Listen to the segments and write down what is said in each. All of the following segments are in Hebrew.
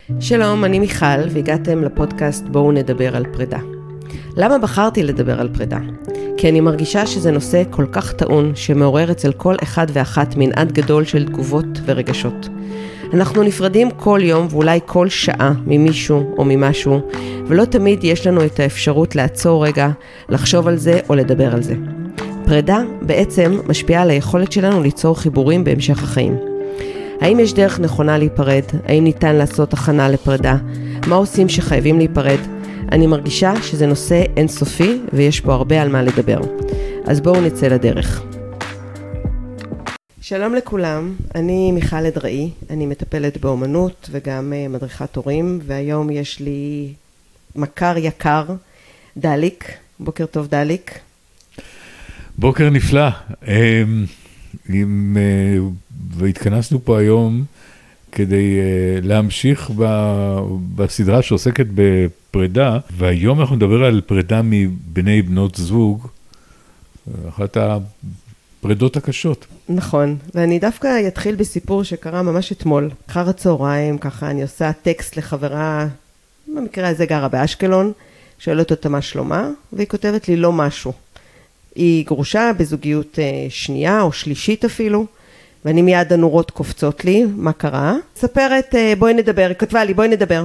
שלום, אני מיכל, והגעתם לפודקאסט בואו נדבר על פרידה. למה בחרתי לדבר על פרידה? כי אני מרגישה שזה נושא כל כך טעון שמעורר אצל כל אחד ואחת מנעד גדול של תגובות ורגשות. אנחנו נפרדים כל יום ואולי כל שעה ממישהו או ממשהו, ולא תמיד יש לנו את האפשרות לעצור רגע, לחשוב על זה או לדבר על זה. פרידה בעצם משפיעה על היכולת שלנו ליצור חיבורים בהמשך החיים. האם יש דרך נכונה להיפרד? האם ניתן לעשות הכנה לפרידה? מה עושים שחייבים להיפרד? אני מרגישה שזה נושא אינסופי ויש פה הרבה על מה לדבר. אז בואו נצא לדרך. שלום לכולם, אני מיכל אדראי, אני מטפלת באומנות וגם מדריכת הורים, והיום יש לי מכר יקר, דליק. בוקר טוב דליק. בוקר נפלא. והתכנסנו פה היום כדי להמשיך בסדרה שעוסקת בפרידה, והיום אנחנו נדבר על פרידה מבני בנות זוג, אחת הפרידות הקשות. נכון, ואני דווקא אתחיל בסיפור שקרה ממש אתמול. אחר הצהריים, ככה אני עושה טקסט לחברה, במקרה הזה גרה באשקלון, שואלת אותה מה שלומה, והיא כותבת לי לא משהו. היא גרושה בזוגיות שנייה או שלישית אפילו, ואני מיד הנורות קופצות לי, מה קרה? ספרת, בואי נדבר, היא כתבה לי, בואי נדבר.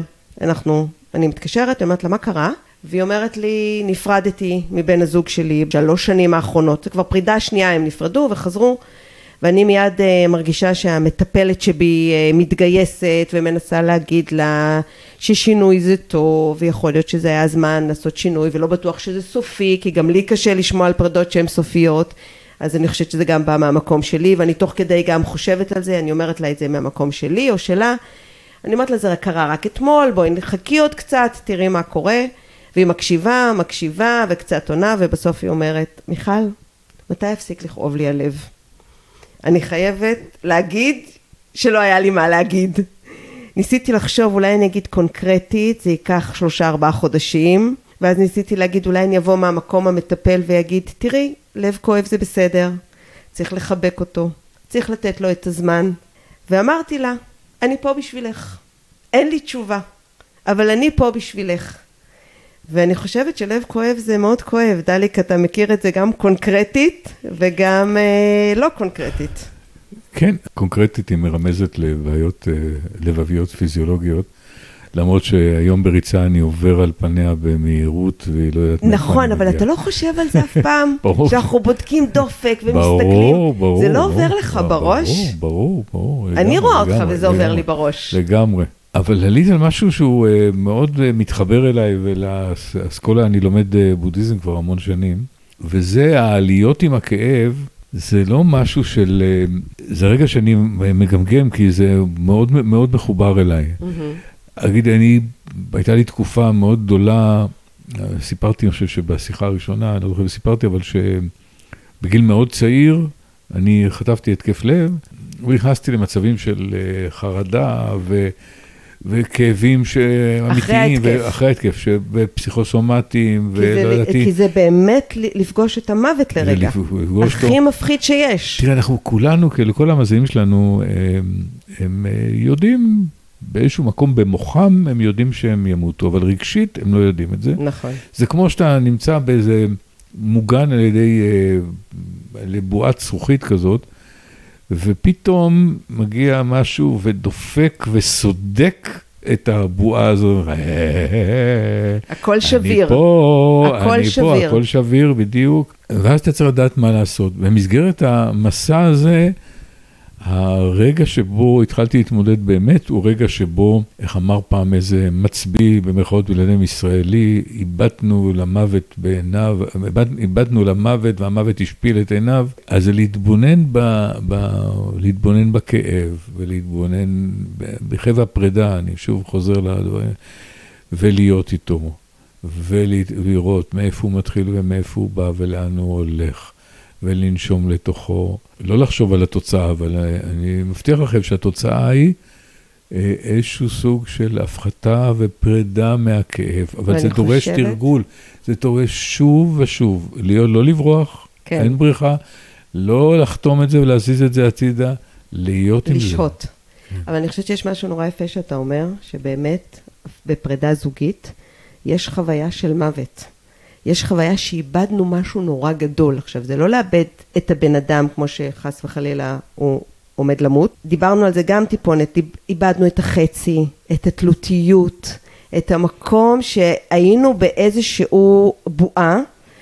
אני מתקשרת, אומרת לה, מה קרה? והיא אומרת לי, נפרדתי מבן הזוג שלי 3 שנים האחרונות, זה כבר פרידה שנייה, הם נפרדו וחזרו, ואני מיד מרגישה שהמטפלת שבי מתגייסת ומנסה להגיד לה ששינוי זה טוב, ויכול להיות שזה היה הזמן לעשות שינוי, ולא בטוח שזה סופי, כי גם לי קשה לשמוע על פרידות שהן סופיות, אז אני חושבת שזה גם בא מהמקום שלי, ואני תוך כדי גם חושבת על זה, אני אומרת לה את זה מהמקום שלי או שלה, אני אומרת לה זה קרה רק אתמול, בואי נחכי עוד קצת, תראי מה קורה, והיא מקשיבה וקצת עונה, ובסוף היא אומרת, מיכל, מתי הפסיק לכאוב לי הלב? אני חייבת להגיד שלא היה לי מה להגיד. ניסיתי לחשוב, אולי אני אגיד קונקרטית, זה ייקח 3-4 חודשים, ואז ניסיתי להגיד, אולי אני אבוא מהמקום המטפל ויגיד, תראי, לב כואב זה בסדר, צריך לחבק אותו, צריך לתת לו את הזמן. ואמרתי לה, אני פה בשבילך. אין לי תשובה, אבל אני פה בשבילך. ואני חושבת שלב כואב זה מאוד כואב. דליק, אתה מכיר את זה גם קונקרטית וגם לא קונקרטית. כן, קונקרטית היא מרמזת לבעיות לבביות פיזיולוגיות, למרות שהיום בריצה אני עובר על פניה במהירות והיא לא יודעת... נכון, אבל אתה לא חושב על זה אף פעם, שאנחנו בודקים דופק ומסתכלים. ברור. זה לא עובר לך בראש? ברור. אני רואה אותך וזה עובר לי בראש. לגמרי. אבל עלית על משהו שהוא מאוד מתחבר אליי, ולאסכולה אני לומד בודהיזם כבר המון שנים, וזה העליות עם הכאב, זה לא משהו של, זה רגע שאני מגמגם, כי זה מאוד מאוד מחובר אליי. אגיד, הייתה לי תקופה מאוד גדולה, סיפרתי, אני חושב שבשיחה הראשונה, אני לא זוכר וסיפרתי, אבל שבגיל מאוד צעיר, אני חטפתי התקף לב, ונכנסתי למצבים של חרדה וכאבים אמיתיים, אחרי ההתקף, ופסיכוסומטיים, כי זה באמת לפגוש את המוות לרגע, הכי מפחיד שיש. תראה, אנחנו כולנו, כל המאזינים שלנו, הם יודעים, באיזשהו מקום במוחם, הם יודעים שהם ימותו, אבל רגשית הם לא יודעים את זה. נכון. זה כמו שאתה נמצא באיזה מוגן על ידי לבועת זכוכית כזאת, ופתאום מגיע משהו ודופק וסודק את הבועה הזו. הכל שביר. אני פה, הכל שביר בדיוק. ואז אתה צריך לדעת מה לעשות. במסגרת המסע הזה, הרגע שבו התחלתי להתמודד באמת, הוא רגע שבו, איך אמר פעם איזה מצביא במרכאות בלעדים ישראלי, איבדנו למוות והמוות השפיל את עיניו, אז זה להתבונן בכאב, ולהתבונן בכאב הפרידה, אני שוב חוזר לדברים, ולהיות איתו, ולראות מאיפה הוא מתחיל ומאיפה הוא בא ולאן הוא הולך. ולנשום לתוכו, לא לחשוב על התוצאה, אבל אני מבטיח לכם שהתוצאה היא איזשהו סוג של הפחתה ופרידה מהכאב, אבל זה דורש תרגול, זה דורש שוב ושוב, לא לברוח, כן. אין בריחה, לא לחתום את זה ולהזיז את זה הצידה, להיות עם זה. לשהות. אבל אני חושבת שיש משהו נורא יפה שאתה אומר, שבאמת בפרידה זוגית יש חוויה של מוות. יש חוויה שאיבדנו משהו נורא גדול. עכשיו, זה לא לאבד את הבן אדם כמו שחס וחלילה הוא עומד למות. דיברנו על זה גם טיפונת, איבדנו את החצי, את התלותיות, את המקום שהיינו באיזשהו בועה,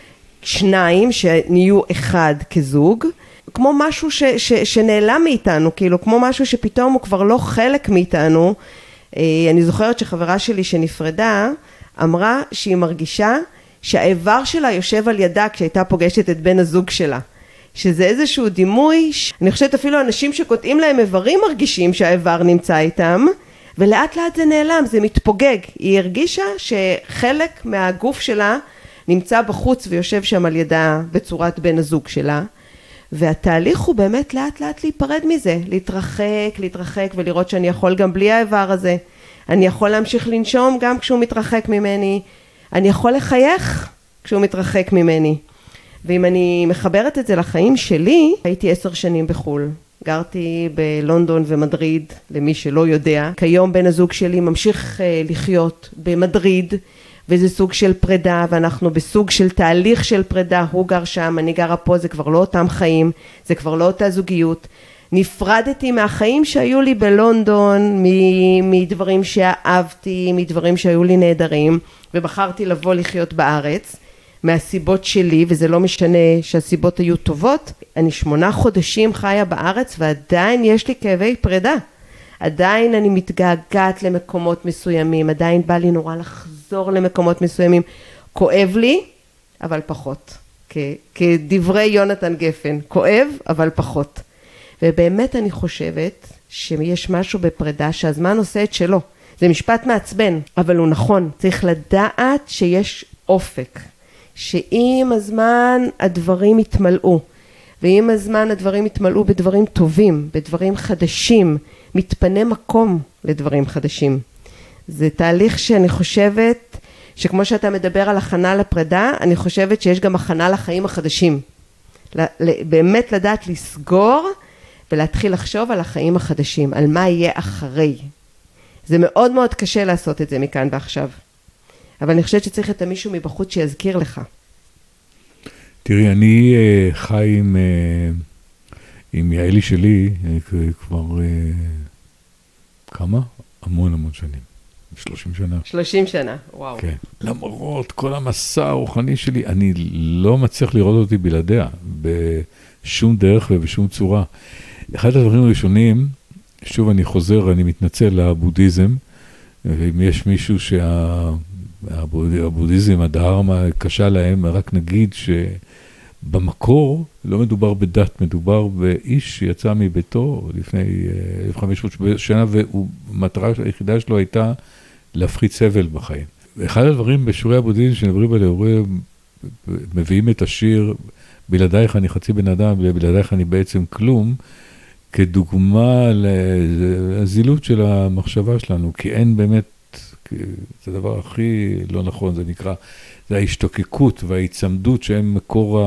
שניים שנהיו אחד כזוג, כמו משהו שנעלם מאיתנו, כאילו כמו משהו שפתאום הוא כבר לא חלק מאיתנו. אני זוכרת שחברה שלי שנפרדה, אמרה שהיא מרגישה שהאיבר שלה יושב על ידה כשהייתה פוגשת את בן הזוג שלה. שזה איזשהו דימוי, אני חושבת אפילו אנשים שקוטעים להם איברים מרגישים שהאיבר נמצא איתם, ולאט לאט זה נעלם, זה מתפוגג. היא הרגישה שחלק מהגוף שלה נמצא בחוץ ויושב שם על ידה בצורת בן הזוג שלה, והתהליך הוא באמת לאט לאט להיפרד מזה, להתרחק ולראות שאני יכול גם בלי האיבר הזה, אני יכול להמשיך לנשום גם כשהוא מתרחק ממני, אני יכול לחייך כשהוא מתרחק ממני. ואם אני מחברת את זה לחיים שלי, הייתי 10 שנים בחול. גרתי בלונדון ומדריד, למי שלא יודע. כיום בן הזוג שלי ממשיך לחיות במדריד, וזה סוג של פרידה, ואנחנו בסוג של תהליך של פרידה. הוא גר שם, אני גרה פה, זה כבר לא אותם חיים, זה כבר לא אותה זוגיות. נפרדתי מהחיים שהיו לי בלונדון, מדברים שאהבתי, מדברים שהיו לי נהדרים, ובחרתי לבוא לחיות בארץ. מהסיבות שלי, וזה לא משנה שהסיבות היו טובות. אני 8 חודשים חיה בארץ, ועדיין יש לי כאבי פרידה. עדיין אני מתגעגעת למקומות מסוימים, עדיין בא לי נורא לחזור למקומות מסוימים. כואב לי, אבל פחות. כדברי יונתן גפן, כואב, אבל פחות. ובאמת אני חושבת שיש משהו בפרידה שהזמן עושה את שלו. זה משפט מעצבן, אבל הוא נכון. צריך לדעת שיש אופק. שעם הזמן הדברים יתמלאו, ועם הזמן הדברים יתמלאו בדברים טובים, בדברים חדשים, מתפנה מקום לדברים חדשים. זה תהליך שאני חושבת, שכמו שאתה מדבר על הכנה לפרידה, אני חושבת שיש גם הכנה לחיים החדשים. באמת לדעת לסגור, ולהתחיל לחשוב על החיים החדשים, על מה יהיה אחרי. זה מאוד מאוד קשה לעשות את זה מכאן ועכשיו. אבל אני חושבת שצריך את מישהו מבחוץ שיזכיר לך. תראי, אני חי עם יעלי שלי כבר כמה? המון שנים. 30 שנה. 30 שנה, וואו. כן. למרות כל המסע הרוחני שלי, אני לא מצליח לראות אותי בלעדיה, בשום דרך ובשום צורה. אחד הדברים הראשונים, שוב אני חוזר, אני מתנצל לבודהיזם, ואם יש מישהו הבודהיזם, הדהרמה, קשה להם, רק נגיד שבמקור לא מדובר בדת, מדובר באיש שיצא מביתו לפני 1500 שנה, והמטרה היחידה שלו הייתה להפחית סבל בחיים. ואחד הדברים בשיעורי הבודהיזם שנדברים עליהם, מביאים את השיר, בלעדייך אני חצי בן אדם, בלעדייך אני בעצם כלום, כדוגמה לזילות של המחשבה שלנו, כי אין באמת, זה הדבר הכי לא נכון, זה נקרא, זה ההשתוקקות וההיצמדות שהם מקור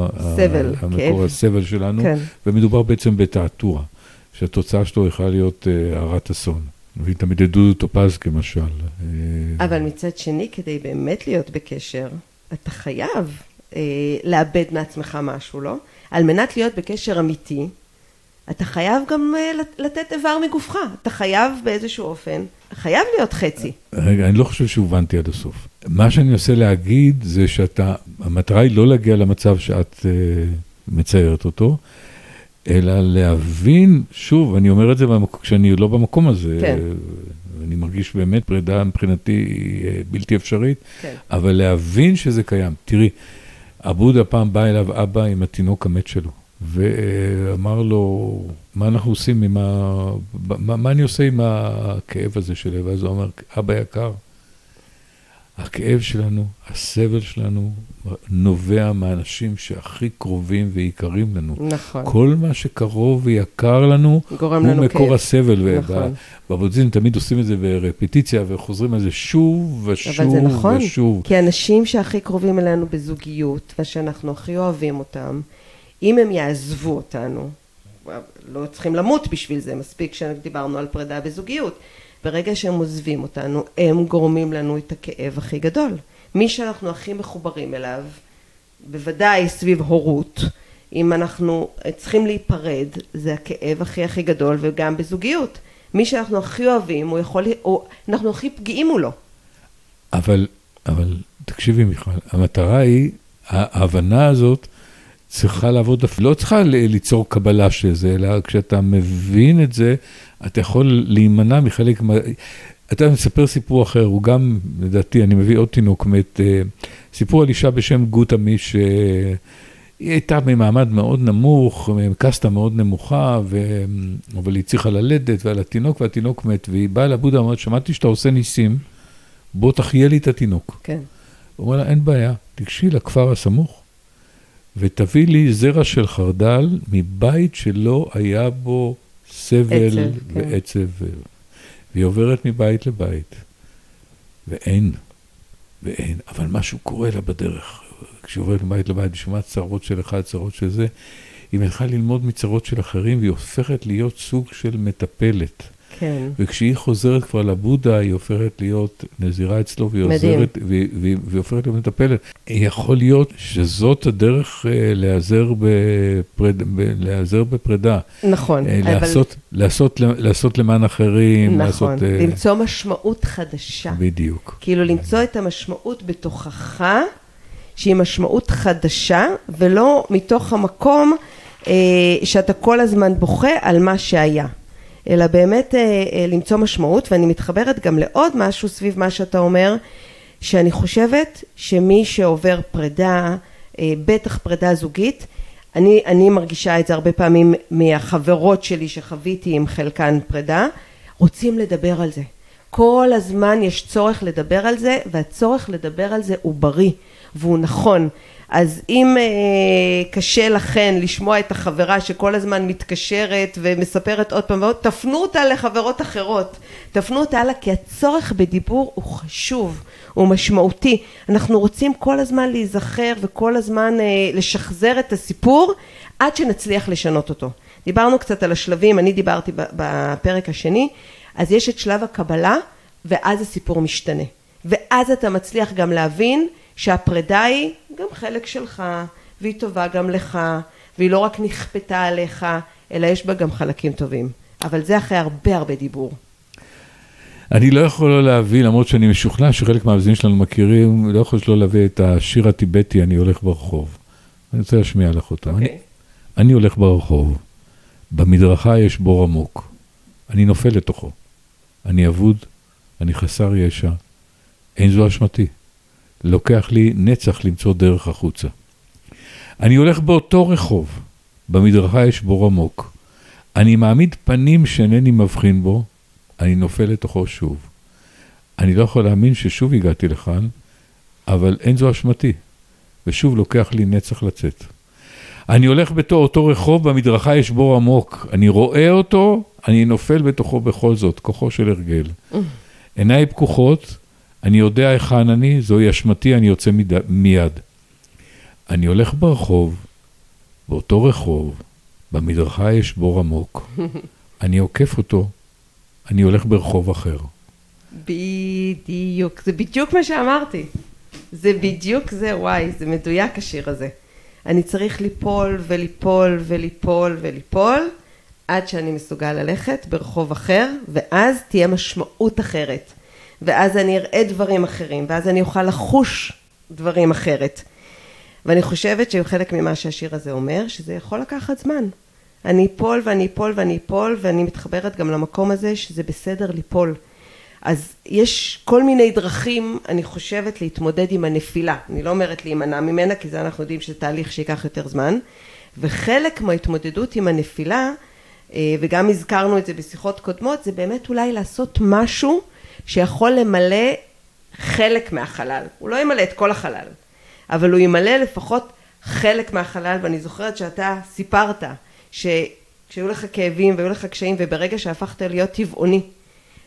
הסבל שלנו, כן. ומדובר בעצם בתעתוע, שהתוצאה שלו יכולה להיות הרת אסון. ותמיד דודו טופז כמשל. אבל מצד שני, כדי באמת להיות בקשר, אתה חייב לאבד מעצמך משהו, לא? על מנת להיות בקשר אמיתי, אתה חייב גם לתת איבר מגופך, אתה חייב באיזשהו אופן, חייב להיות חצי. רגע, אני לא חושב שהובנתי עד הסוף. מה שאני מנסה להגיד זה המטרה היא לא להגיע למצב שאת מציירת אותו, אלא להבין, שוב, אני אומר את זה כשאני לא במקום הזה, כן. אני מרגיש באמת פרידה מבחינתי בלתי אפשרית, כן. אבל להבין שזה קיים. תראי, הבודה פעם בא אליו אבא עם התינוק המת שלו, ואמר לו, מה אנחנו עושים מה אני עושה עם הכאב הזה שלי? ואז הוא אומר, אבא יקר, הכאב שלנו, הסבל שלנו, נובע מהאנשים שהכי קרובים ויקרים לנו. נכון. כל מה שקרוב ויקר לנו, הוא מקור הסבל. נכון. ובבודהיזם תמיד עושים את זה ברפטיציה, וחוזרים על זה שוב ושוב אבל זה נכון, ושוב. כי אנשים שהכי קרובים אלינו בזוגיות, ושאנחנו הכי אוהבים אותם, אם הם יעזבו אותנו, לא צריכים למות בשביל זה, מספיק שדיברנו על פרידה בזוגיות. ברגע שהם עוזבים אותנו, הם גורמים לנו את הכאב הכי גדול. מי שאנחנו הכי מחוברים אליו, בוודאי סביב הורות, אם אנחנו צריכים להיפרד, זה הכאב הכי גדול, וגם בזוגיות. מי שאנחנו הכי אוהבים, אנחנו הכי פגיעים מולו. אבל תקשיבי מיכל, המטרה היא, ההבנה הזאת צריכה לעבוד, לא צריכה ליצור קבלה של זה, אלא כשאתה מבין את זה, אתה יכול להימנע מחלק, אתה מספר סיפור אחר, הוא גם, לדעתי, אני מביא עוד תינוק מת, סיפור על אישה בשם גוטמי, שהיא הייתה ממעמד מאוד נמוך, מקסטה מאוד נמוכה, אבל היא צריכה ללדת, ועל התינוק, והתינוק מת, והיא באה לבודה, אמרת, שמעתי שאתה עושה ניסים, בוא תחיה לי את התינוק. כן. הוא אומר לה, אין בעיה, תגשי לכפר הסמוך, ותביא לי זרע של חרדל מבית שלא היה בו סבל ועצב. והיא עוברת מבית לבית, ואין, אבל משהו קורה לה בדרך. כשהיא עוברת מבית לבית, היא שומעת צרות של אחד, צרות של זה, היא מתחילה ללמוד מצרות של אחרים, והיא הופכת להיות סוג של מטפלת. כן. וכשהיא חוזרת כבר לבודה, היא הופכת להיות נזירה אצלו, והיא הופכת להיות מטפלת. יכול להיות שזאת הדרך להיעזר בפרידה. נכון. לעשות למען אחרים. נכון, למצוא משמעות חדשה. בדיוק. כאילו למצוא את המשמעות בתוכך, שהיא משמעות חדשה, ולא מתוך המקום שאתה כל הזמן בוכה על מה שהיה. אלא באמת למצוא משמעות, ואני מתחברת גם לעוד משהו סביב מה שאתה אומר, שאני חושבת שמי שעובר פרידה, בטח פרידה זוגית, אני מרגישה את זה הרבה פעמים מהחברות שלי שחוויתי עם חלקן פרידה, רוצים לדבר על זה. כל הזמן יש צורך לדבר על זה, והצורך לדבר על זה הוא בריא, והוא נכון. אז אם קשה לכן לשמוע את החברה שכל הזמן מתקשרת ומספרת עוד פעם ועוד, תפנו אותה לחברות אחרות, תפנו אותה לה, כי הצורך בדיבור הוא חשוב, הוא משמעותי. אנחנו רוצים כל הזמן להיזכר וכל הזמן לשחזר את הסיפור עד שנצליח לשנות אותו. דיברנו קצת על השלבים, אני דיברתי בפרק השני, אז יש את שלב הקבלה ואז הסיפור משתנה. ואז אתה מצליח גם להבין שהפרידה היא גם חלק שלך, והיא טובה גם לך, והיא לא רק נכפתה עליך, אלא יש בה גם חלקים טובים. אבל זה אחרי הרבה דיבור. אני לא יכול לא להביא, למרות שאני משוכנע שחלק מהמאזינים שלנו מכירים, לא יכול שלא להביא את השיר הטיבטי, אני הולך ברחוב. אני רוצה להשמיע לך אותו. אני הולך ברחוב, במדרכה יש בור עמוק, אני נופל לתוכו. אני אבוד, אני חסר ישע, אין זו אשמתי. לוקח לי נצח למצוא דרך החוצה. אני הולך באותו רחוב, במדרכה יש בור עמוק. אני מעמיד פנים שאינני מבחין בו, אני נופל לתוכו שוב. אני לא יכול להאמין ששוב הגעתי לכאן, אבל אין זו אשמתי, ושוב לוקח לי נצח לצאת. אני הולך באותו רחוב, במדרכה יש בור עמוק. אני רואה אותו, אני נופל בתוכו בכל זאת, כוחו של הרגל. עיניי פקוחות, אני יודע היכן אני, זוהי אשמתי, אני יוצא מיד. אני הולך ברחוב, באותו רחוב, במדרכה יש בור עמוק. אני עוקף אותו, אני הולך ברחוב אחר. בדיוק, זה בדיוק מה שאמרתי. זה בדיוק זה, וואי, זה מדויק השיר הזה. אני צריך ליפול וליפול וליפול וליפול, עד שאני מסוגל ללכת ברחוב אחר, ואז תהיה משמעות אחרת. ואז אני אראה דברים אחרים, ואז אני אוכל לחוש דברים אחרת. ואני חושבת שחלק ממה שהשיר הזה אומר, שזה יכול לקחת זמן. אני אפול ואני אפול ואני אפול, ואני מתחברת גם למקום הזה שזה בסדר ליפול. אז יש כל מיני דרכים, אני חושבת, להתמודד עם הנפילה. אני לא אומרת להימנע ממנה, כי זה אנחנו יודעים שזה תהליך שיקח יותר זמן. וחלק מההתמודדות עם הנפילה, וגם הזכרנו את זה בשיחות קודמות, זה באמת אולי לעשות משהו שיכול למלא חלק מהחלל. הוא לא ימלא את כל החלל, אבל הוא ימלא לפחות חלק מהחלל. ואני זוכרת שאתה סיפרת שהיו לך כאבים והיו לך קשיים, וברגע שהפכת להיות טבעוני,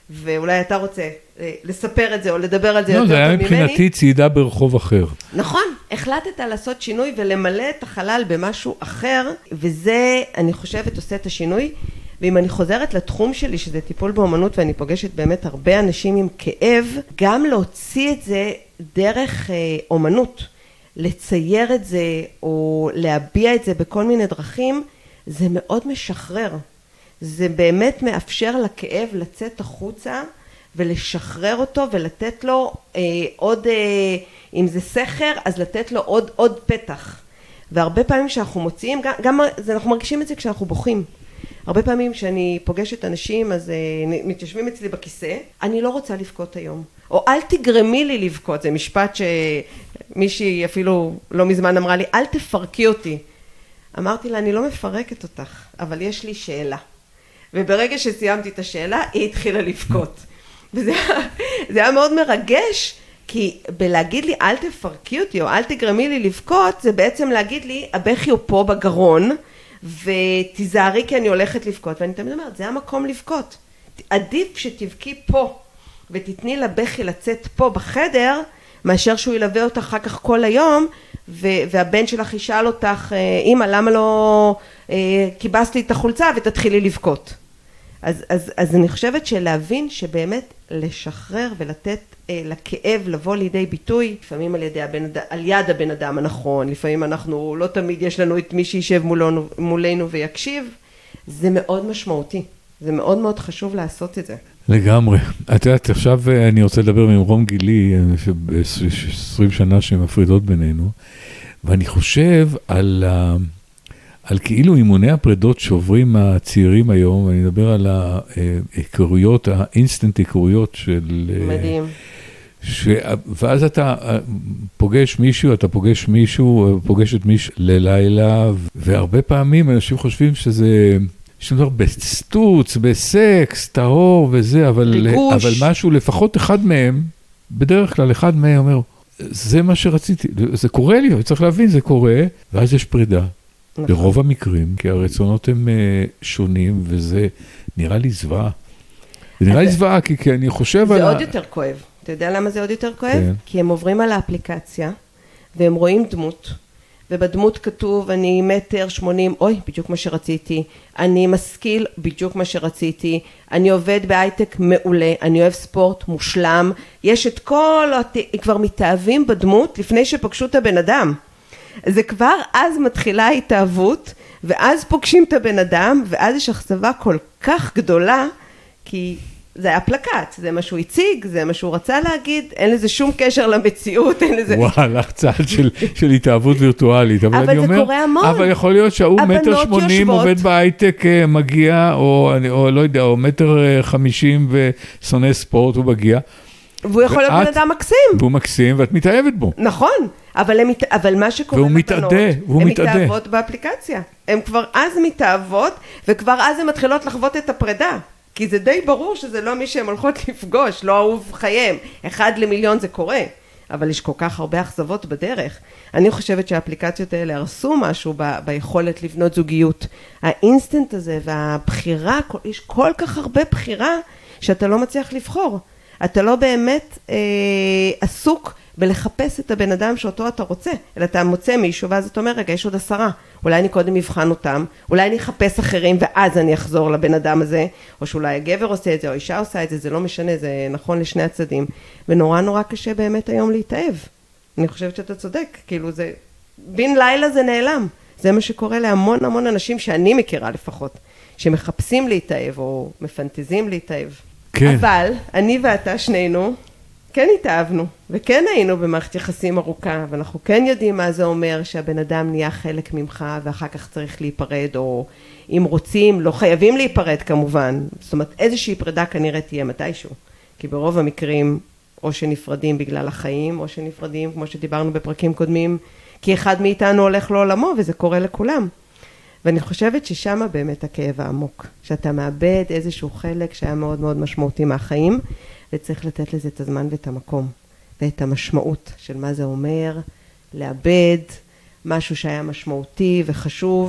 ואולי אתה רוצה לספר את זה או לדבר על זה יותר טוב ממני. לא, זה היה מבחינתי צעידה ברחוב אחר. נכון, החלטת לעשות שינוי ולמלא את החלל במשהו אחר, וזה, אני חושבת, עושה את השינוי. ואם אני חוזרת לתחום שלי, שזה טיפול באומנות, ואני פוגשת באמת הרבה אנשים עם כאב, גם להוציא את זה דרך אומנות, לצייר את זה או להביע את זה בכל מיני דרכים, זה מאוד משחרר. זה באמת מאפשר לכאב לצאת החוצה ולשחרר אותו ולתת לו עוד, אם זה סכר, אז לתת לו עוד פתח. והרבה פעמים שאנחנו מוציאים, גם אנחנו מרגישים את זה כשאנחנו בוכים. הרבה פעמים כשאני פוגשת אנשים, אז מתיישבים אצלי בכיסא, אני לא רוצה לבכות היום. או אל תגרמי לי לבכות, זה משפט שמישהי אפילו לא מזמן אמרה לי, אל תפרקי אותי. אמרתי לה, אני לא מפרקת אותך, אבל יש לי שאלה. וברגע שסיימתי את השאלה, היא התחילה לבכות. וזה היה מאוד מרגש, כי בלהגיד לי, אל תפרקי אותי, או אל תגרמי לי לבכות, זה בעצם להגיד לי, הבכי הוא פה בגרון, ותיזהרי כי אני הולכת לבכות, ואני תמיד אומרת, זה המקום לבכות. עדיף שתבכי פה, ותתני לבכי לצאת פה בחדר, מאשר שהוא ילווה אותך אחר כך כל היום, והבן שלך ישאל אותך, אמא, למה לא קיבסת לי את החולצה ותתחילי לבכות. אז אני חושבת שלהבין שבאמת לשחרר ולתת לכאב לבוא לידי ביטוי, לפעמים על יד הבן אדם הנכון, לפעמים אנחנו לא תמיד יש לנו את מי שישב מולנו ויקשיב, זה מאוד משמעותי. זה מאוד מאוד חשוב לעשות את זה. לגמרי. את יודעת, עכשיו אני רוצה לדבר ממרום גילי, 20 שנה שמפרידות בינינו, ואני חושב על כאילו אימוני הפרידות שעוברים הצעירים היום, אני מדבר על ההיכרויות, האינסטנט היכרויות של... מדהים. ואז אתה פוגש מישהו, פוגש את מישהו ללילה, והרבה פעמים אנשים חושבים שזה... יש לנו בסטוץ, בסקס, טהור וזה, אבל משהו, לפחות אחד מהם, בדרך כלל אחד מהם אומר, זה מה שרציתי, זה קורה לי, צריך להבין, זה קורה, ואז יש פרידה. ברוב המקרים, כי הרצונות הם שונים, וזה נראה לי זוועה. זה נראה לי זוועה, כי אני חושב על... זה עוד יותר כואב. אתה יודע למה זה עוד יותר כואב? כי הם עוברים על האפליקציה, והם רואים דמות, ובדמות כתוב, אני 1.80 מטר, אוי, בדיוק מה שרציתי, אני משכיל, בדיוק מה שרציתי, אני עובד בהייטק מעולה, אני אוהב ספורט מושלם, יש את כל, כבר מתאהבים בדמות לפני שפגשו את הבן אדם. זה כבר אז מתחילה ההתאהבות, ואז פוגשים את הבן אדם, ואז יש אכזבה כל כך גדולה, כי זה היה פלקט, זה מה שהוא הציג, זה מה שהוא רצה להגיד, אין לזה שום קשר למציאות, אין לזה... וואו, הלך צעד של התאהבות וירטואלית. אבל זה קורה המון. אבל יכול להיות שהוא 1.80 מטר עובד בהייטק מגיע, או לא יודע, או 1.50 מטר ושונא ספורט הוא מגיע. והוא יכול להיות בן אדם מקסים. והוא מקסים, ואת מתאהבת בו. נכון, אבל מה שקורה לבנות, הן מתאהבות באפליקציה. הן כבר אז מתאהבות, וכבר אז הן מתחילות לחוות את הפרידה. כי זה די ברור שזה לא מי שהן הולכות לפגוש, לא אהוב חייהם. 1 למיליון זה קורה, אבל יש כל כך הרבה אכזבות בדרך. אני חושבת שהאפליקציות האלה הרסו משהו ביכולת לבנות זוגיות. האינסטנט הזה והבחירה, יש כל כך הרבה בחירה שאתה לא מצליח לבחור. אתה לא באמת עסוק בלחפש את הבן אדם שאותו אתה רוצה, אלא אתה מוצא מישהו ואז אתה אומר, רגע, יש עוד 10, אולי אני קודם מבחן אותם, אולי אני אחפש אחרים ואז אני אחזור לבן אדם הזה, או שאולי הגבר עושה את זה, או אישה עושה את זה, זה לא משנה, זה נכון לשני הצדדים, ונורא נורא קשה באמת היום להתאהב. אני חושבת שאתה צודק, כאילו זה, בין לילה זה נעלם, זה מה שקורה להמון המון אנשים שאני מכירה לפחות, שמחפשים להתאהב או מפנטזים להתאהב. כן. אבל אני ואתה שנינו כן התאהבנו, וכן היינו במערכת יחסים ארוכה, ואנחנו כן יודעים מה זה אומר שהבן אדם נהיה חלק ממך, ואחר כך צריך להיפרד, או אם רוצים, לא חייבים להיפרד כמובן, זאת אומרת איזושהי פרידה כנראה תהיה מתישהו, כי ברוב המקרים או שנפרדים בגלל החיים, או שנפרדים כמו שדיברנו בפרקים קודמים, כי אחד מאיתנו הולך לעולמו, וזה קורה לכולם. ואני חושבת ששם באמת הכאב העמוק, שאתה מאבד איזשהו חלק שהיה מאוד מאוד משמעותי מהחיים, וצריך לתת לזה את הזמן ואת המקום, ואת המשמעות של מה זה אומר, לאבד משהו שהיה משמעותי וחשוב,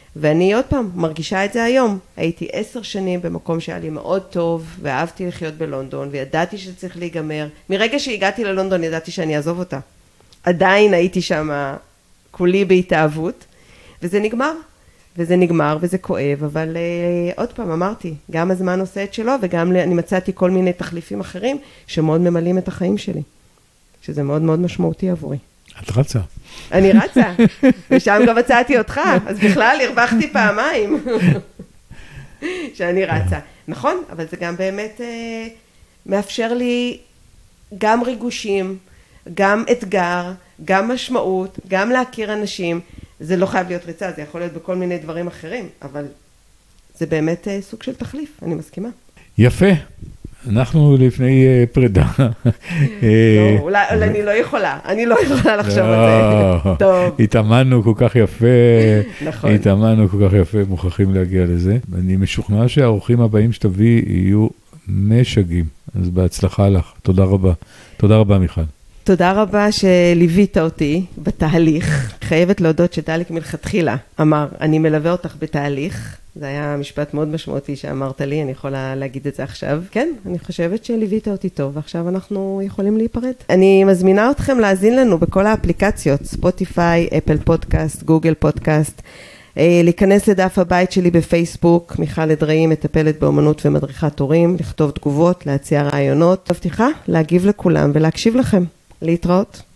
ואני עוד פעם מרגישה את זה היום. הייתי 10 שנים במקום שהיה לי מאוד טוב, ואהבתי לחיות בלונדון, וידעתי שזה צריך להיגמר. מרגע שהגעתי ללונדון ידעתי שאני אעזוב אותה. עדיין הייתי שם כולי בהתאהבות, וזה נגמר. וזה נגמר וזה כואב, אבל עוד פעם אמרתי, גם הזמן עושה את שלו, וגם אני מצאתי כל מיני תחליפים אחרים, שמאוד ממלאים את החיים שלי. שזה מאוד מאוד משמעותי עבורי. את רצה. אני רצה, ושם גם מצאתי אותך, אז בכלל הרווחתי פעמיים, שאני רצה. נכון, אבל זה גם באמת מאפשר לי גם ריגושים, גם אתגר, גם משמעות, גם להכיר אנשים. זה לא חייב להיות ריצה, זה יכול להיות בכל מיני דברים אחרים, אבל זה באמת סוג של תחליף, אני מסכימה. יפה. אנחנו לפני פרידה. לא, אולי אני לא יכולה לחשוב על זה. טוב. התאמנו כל כך יפה, נכון. התאמנו כל כך יפה, מוכרחים להגיע לזה. אני משוכנע שהאורחים הבאים שתביא יהיו משגעים, אז בהצלחה לך. תודה רבה. תודה רבה, מיכל. תודה רבה שליווית אותי בתהליך. חייבת להודות שדליק מלכתחילה אמר, אני מלווה אותך בתהליך. זה היה משפט מאוד משמעותי שאמרת לי, אני יכולה להגיד את זה עכשיו. כן, אני חושבת שליווית אותי טוב, ועכשיו אנחנו יכולים להיפרד. אני מזמינה אתכם להאזין לנו בכל האפליקציות, ספוטיפיי, אפל פודקאסט, גוגל פודקאסט, להיכנס לדף הבית שלי בפייסבוק, מיכל אדראי, מטפלת באמנות ומדריכת הורים, לכתוב תגובות, להציע רעיונות. מבטיחה להגיב לכולם ולהקשיב לכם. להתראות.